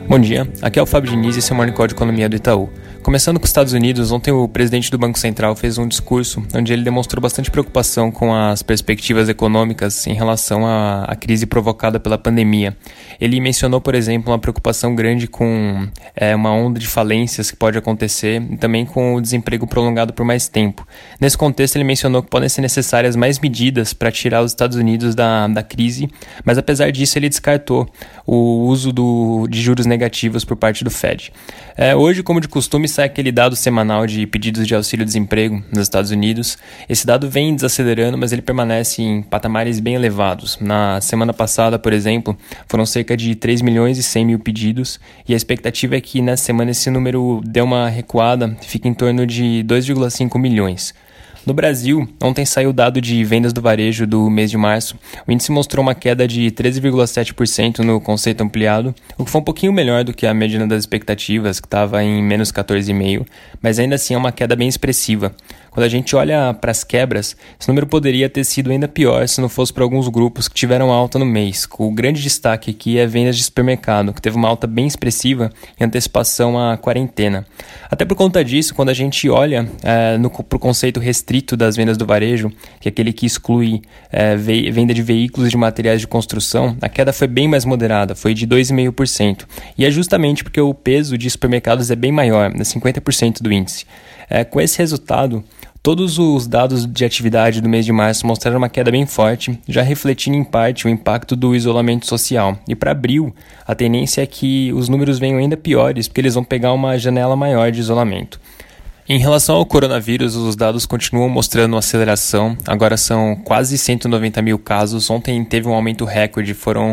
Bom dia, aqui é o Fábio Diniz e esse é o Morning Call de Economia do Itaú. Começando com os Estados Unidos, ontem o presidente do Banco Central fez um discurso onde ele demonstrou bastante preocupação com as perspectivas econômicas em relação à crise provocada pela pandemia. Ele mencionou, por exemplo, uma preocupação grande com uma onda de falências que pode acontecer e também com o desemprego prolongado por mais tempo. Nesse contexto, ele mencionou que podem ser necessárias mais medidas para tirar os Estados Unidos da crise, mas apesar disso ele descartou o uso de juros negativos por parte do Fed. Hoje, como de costume, sai aquele dado semanal de pedidos de auxílio-desemprego nos Estados Unidos. Esse dado vem desacelerando, mas ele permanece em patamares bem elevados. Na semana passada, por exemplo, foram cerca de 3 milhões e 100 mil pedidos, e a expectativa é que nessa semana esse número dê uma recuada, fique em torno de 2,5 milhões. No Brasil, ontem saiu o dado de vendas do varejo do mês de março. O índice mostrou uma queda de 13,7% no conceito ampliado, o que foi um pouquinho melhor do que a média das expectativas, que estava em menos 14,5%, mas ainda assim é uma queda bem expressiva. Quando a gente olha para as quebras, esse número poderia ter sido ainda pior se não fosse para alguns grupos que tiveram alta no mês. O grande destaque aqui é vendas de supermercado, que teve uma alta bem expressiva em antecipação à quarentena. Até por conta disso, quando a gente olha para o conceito restrito das vendas do varejo, que é aquele que exclui venda de veículos e de materiais de construção, a queda foi bem mais moderada, foi de 2,5%. E é justamente porque o peso de supermercados é bem maior, 50% do índice. Com esse resultado, todos os dados de atividade do mês de março mostraram uma queda bem forte, já refletindo em parte o impacto do isolamento social. E para abril, a tendência é que os números venham ainda piores, porque eles vão pegar uma janela maior de isolamento. Em relação ao coronavírus, os dados continuam mostrando uma aceleração. Agora são quase 190 mil casos. Ontem teve um aumento recorde, foram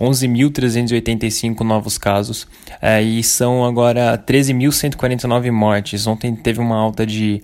11.385 novos casos. E são agora 13.149 mortes. Ontem teve uma alta de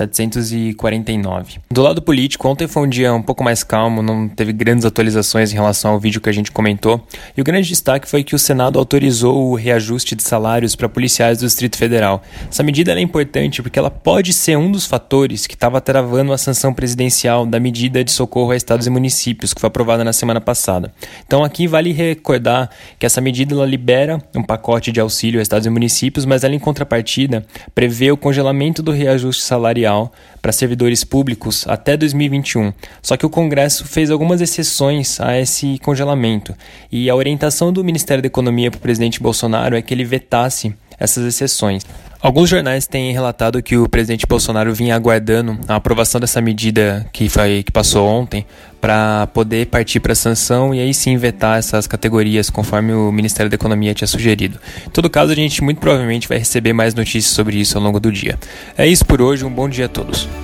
749. Do lado político, ontem foi um dia um pouco mais calmo, não teve grandes atualizações em relação ao vídeo que a gente comentou. E o grande destaque foi que o Senado autorizou o reajuste de salários para policiais do Distrito Federal. Essa medida é importante porque ela pode ser um dos fatores que estava travando a sanção presidencial da medida de socorro a estados e municípios, que foi aprovada na semana passada. Então aqui vale recordar que essa medida ela libera um pacote de auxílio a estados e municípios, mas ela em contrapartida prevê o congelamento do reajuste salarial para servidores públicos até 2021. Só que o Congresso fez algumas exceções a esse congelamento, e a orientação do Ministério da Economia para o presidente Bolsonaro é que ele vetasse essas exceções. Alguns jornais têm relatado que o presidente Bolsonaro vinha aguardando a aprovação dessa medida que passou ontem para poder partir para a sanção e aí sim vetar essas categorias conforme o Ministério da Economia tinha sugerido. Em todo caso, a gente muito provavelmente vai receber mais notícias sobre isso ao longo do dia. É isso por hoje, um bom dia a todos.